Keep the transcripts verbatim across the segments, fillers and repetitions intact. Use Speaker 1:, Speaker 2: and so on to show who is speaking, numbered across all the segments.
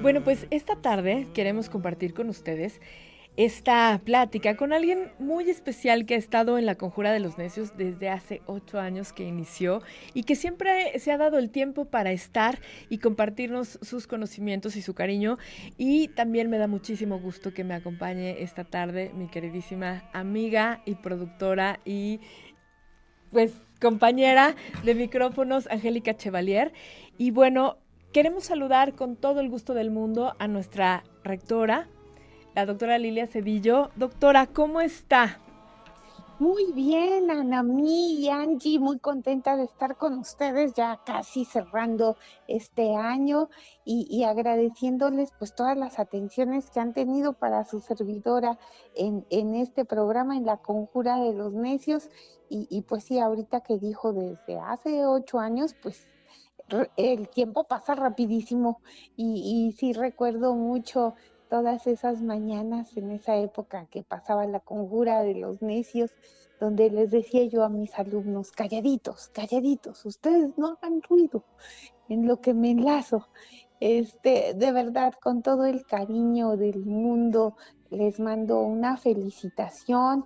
Speaker 1: Bueno, pues esta tarde queremos compartir con ustedes esta plática con alguien muy especial que ha estado en la Conjura de los Necios desde hace ocho años que inició y que siempre se ha dado el tiempo para estar y compartirnos sus conocimientos y su cariño. Y también me da muchísimo gusto que me acompañe esta tarde mi queridísima amiga y productora y pues compañera de micrófonos, Angélica Chevalier. Y bueno, queremos saludar con todo el gusto del mundo a nuestra rectora, la doctora Lilia Cedillo. Doctora, ¿cómo está?
Speaker 2: Muy bien, Anamí y Angie, muy contenta de estar con ustedes ya casi cerrando este año y, y agradeciéndoles pues todas las atenciones que han tenido para su servidora en, en este programa, en la Conjura de los Necios. Y, y pues sí, ahorita que dijo desde hace ocho años, pues r- el tiempo pasa rapidísimo y, y sí recuerdo mucho todas esas mañanas en esa época que pasaba la Conjura de los Necios, donde les decía yo a mis alumnos, calladitos, calladitos, ustedes no hagan ruido en lo que me enlazo. Este, de verdad, con todo el cariño del mundo, les mando una felicitación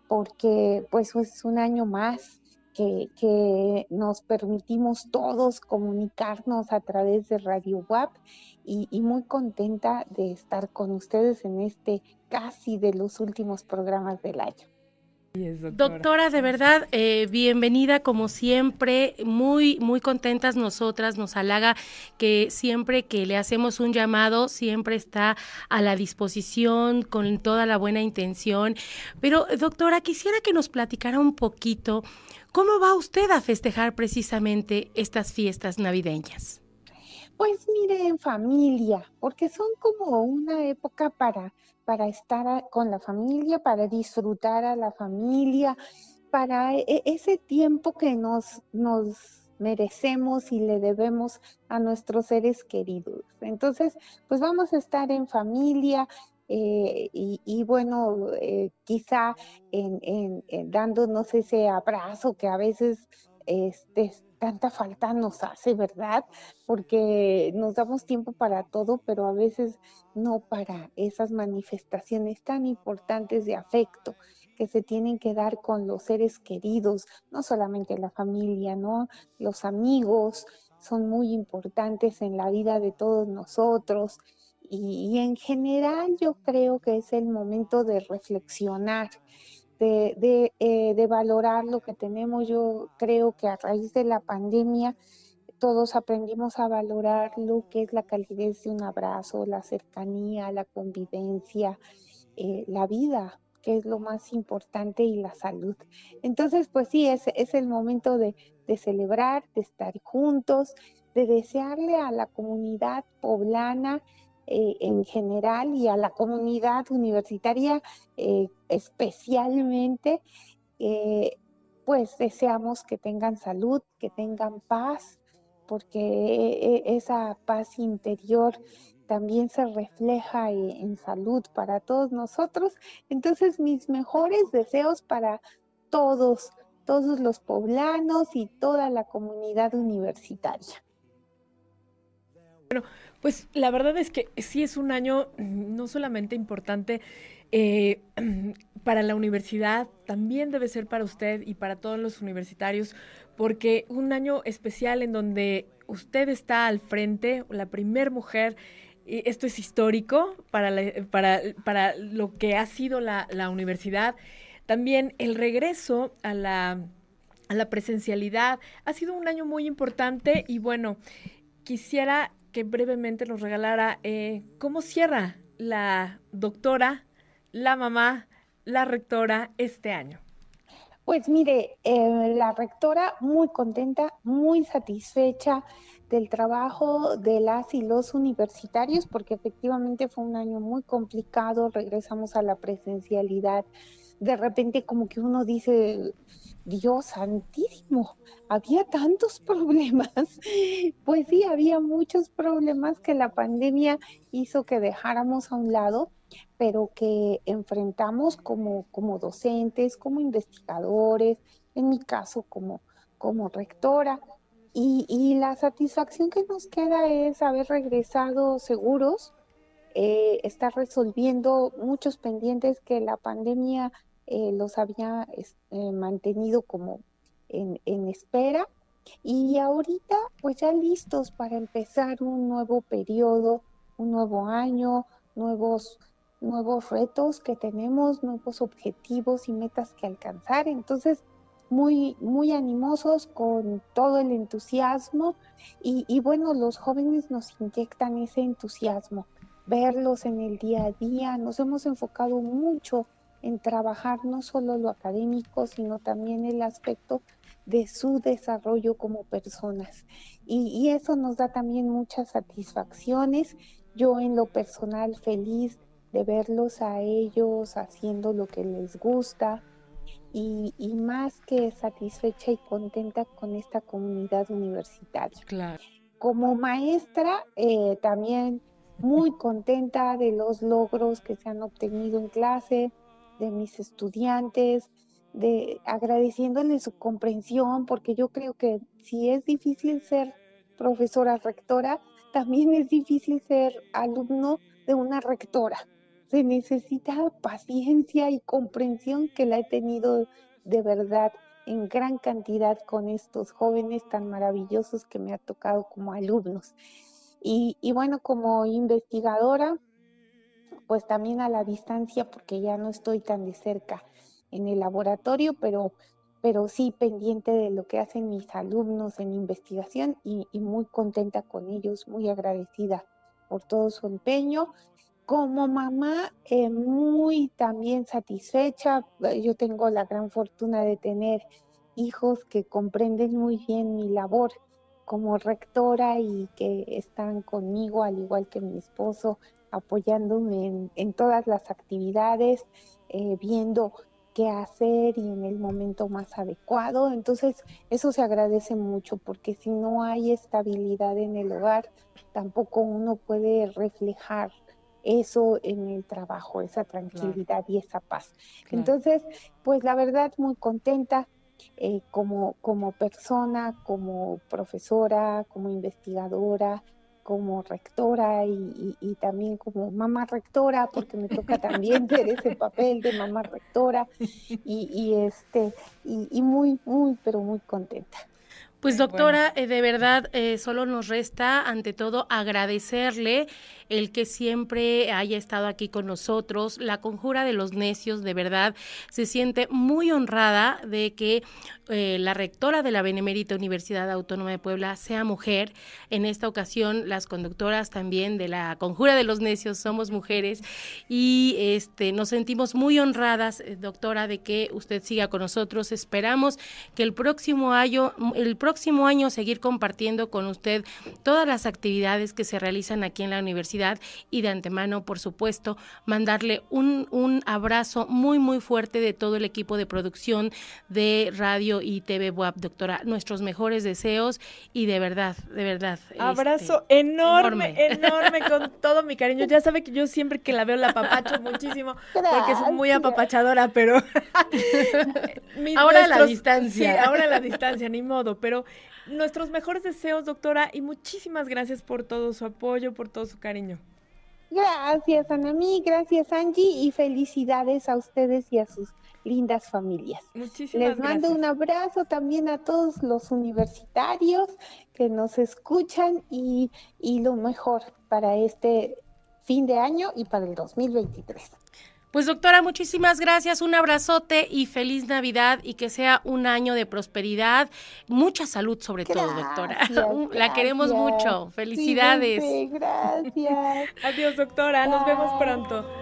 Speaker 2: porque pues es un año más que, que nos permitimos todos comunicarnos a través de Radio W A P y, y muy contenta de estar con ustedes en este casi de los últimos programas del año.
Speaker 1: Sí, es doctora.
Speaker 3: Doctora, de verdad, eh, bienvenida como siempre, muy, muy contentas nosotras, nos halaga que siempre que le hacemos un llamado, siempre está a la disposición con toda la buena intención. Pero, doctora, quisiera que nos platicara un poquito cómo va usted a festejar precisamente estas fiestas navideñas.
Speaker 2: Pues mire, en familia, porque son como una época para, para estar a- con la familia, para disfrutar a la familia, para e- e- ese tiempo que nos, nos merecemos y le debemos a nuestros seres queridos. Entonces, pues vamos a estar en familia. Eh, y, y bueno, eh, quizá en, en- en dándonos ese abrazo que a veces este, tanta falta nos hace, ¿verdad? Porque nos damos tiempo para todo, pero a veces no para esas manifestaciones tan importantes de afecto que se tienen que dar con los seres queridos, no solamente la familia, ¿no? Los amigos son muy importantes en la vida de todos nosotros y, y en general yo creo que es el momento de reflexionar, de, de, eh, de valorar lo que tenemos. Yo creo que a raíz de la pandemia todos aprendimos a valorar lo que es la calidez de un abrazo, la cercanía, la convivencia, eh, la vida, que es lo más importante, y la salud. Entonces, pues sí, es, es el momento de, de celebrar, de estar juntos, de desearle a la comunidad poblana eh, en general y a la comunidad universitaria eh, especialmente, eh, pues deseamos que tengan salud, que tengan paz, porque eh, esa paz interior también se refleja en, en salud para todos nosotros. Entonces, mis mejores deseos para todos, todos los poblanos y toda la comunidad universitaria.
Speaker 1: Pues la verdad es que sí es un año mm, no solamente importante eh, para la universidad, también debe ser para usted y para todos los universitarios, porque un año especial en donde usted está al frente, la primer mujer, y esto es histórico para, la, para, para lo que ha sido la, la universidad. También el regreso a la, a la presencialidad ha sido un año muy importante y bueno, quisiera que brevemente nos regalara eh, cómo cierra la doctora, la mamá, la rectora este año.
Speaker 2: Pues mire, eh, la rectora muy contenta, muy satisfecha del trabajo de las y los universitarios, porque efectivamente fue un año muy complicado, regresamos a la presencialidad. De repente como que uno dice, Dios santísimo, había tantos problemas. Pues sí, había muchos problemas que la pandemia hizo que dejáramos a un lado, pero que enfrentamos como, como docentes, como investigadores, en mi caso como, como rectora. Y, y la satisfacción que nos queda es haber regresado seguros, eh, estar resolviendo muchos pendientes que la pandemia eh, los había eh, mantenido como en, en espera. Y ahorita, pues ya listos para empezar un nuevo periodo, un nuevo año, nuevos, nuevos retos que tenemos, nuevos objetivos y metas que alcanzar. Entonces, muy, muy animosos con todo el entusiasmo y, y bueno, los jóvenes nos inyectan ese entusiasmo, verlos en el día a día. Nos hemos enfocado mucho en trabajar no solo lo académico, sino también el aspecto de su desarrollo como personas. Y, y eso nos da también muchas satisfacciones. Yo en lo personal feliz de verlos a ellos haciendo lo que les gusta y, y más que satisfecha y contenta con esta comunidad universitaria.
Speaker 1: Claro.
Speaker 2: Como maestra, eh, también muy contenta de los logros que se han obtenido en clase, de mis estudiantes, de agradeciéndoles su comprensión, porque yo creo que si es difícil ser profesora rectora, también es difícil ser alumno de una rectora. Se necesita paciencia y comprensión, que la he tenido de verdad en gran cantidad con estos jóvenes tan maravillosos que me ha tocado como alumnos. Y, y bueno, como investigadora, pues también a la distancia, porque ya no estoy tan de cerca en el laboratorio, pero, pero sí pendiente de lo que hacen mis alumnos en investigación y, y muy contenta con ellos, muy agradecida por todo su empeño. Como mamá, eh, muy también satisfecha. Yo tengo la gran fortuna de tener hijos que comprenden muy bien mi labor como rectora y que están conmigo, al igual que mi esposo, apoyándome en, en todas las actividades, eh, viendo qué hacer y en el momento más adecuado. Entonces, eso se agradece mucho, porque si no hay estabilidad en el hogar, tampoco uno puede reflejar eso en el trabajo, esa tranquilidad, claro, y esa paz. Claro. Entonces, pues la verdad, muy contenta eh, como, como persona, como profesora, como investigadora, como rectora y, y, y también como mamá rectora, porque me toca también ser ese papel de mamá rectora y, y este y, y muy, muy, pero muy contenta.
Speaker 3: Pues doctora, eh, de verdad, eh, solo nos resta, ante todo, agradecerle el que siempre haya estado aquí con nosotros. La Conjura de los Necios, de verdad, se siente muy honrada de que eh, la rectora de la Benemérita Universidad Autónoma de Puebla sea mujer. En esta ocasión, las conductoras también de la Conjura de los Necios somos mujeres y este nos sentimos muy honradas, eh, doctora, de que usted siga con nosotros. Esperamos que el próximo año, el próximo próximo año seguir compartiendo con usted todas las actividades que se realizan aquí en la universidad y de antemano, por supuesto, mandarle un, un abrazo muy, muy fuerte de todo el equipo de producción de Radio y T V Buap, doctora. Nuestros mejores deseos y de verdad, de verdad.
Speaker 1: Abrazo este, enorme, enorme, enorme, con todo mi cariño. Ya sabe que yo siempre que la veo la apapacho muchísimo, Gracias. Porque es muy apapachadora, pero...
Speaker 3: ahora a la distancia.
Speaker 1: Sí, ahora a la distancia, ni modo, pero nuestros mejores deseos, doctora, y muchísimas gracias por todo su apoyo, por todo su cariño.
Speaker 2: Gracias, Anami, gracias, Angie, y felicidades a ustedes y a sus lindas familias.
Speaker 1: Muchísimas
Speaker 2: Les mando
Speaker 1: gracias.
Speaker 2: Un abrazo también a todos los universitarios que nos escuchan y, y lo mejor para este fin de año y para el dos mil veintitrés.
Speaker 3: Pues doctora, muchísimas gracias, un abrazote y feliz Navidad y que sea un año de prosperidad, mucha salud sobre gracias, todo, doctora.
Speaker 2: Gracias.
Speaker 3: La queremos mucho, felicidades.
Speaker 2: Sí, gracias.
Speaker 1: Adiós, doctora, Bye. Nos vemos pronto.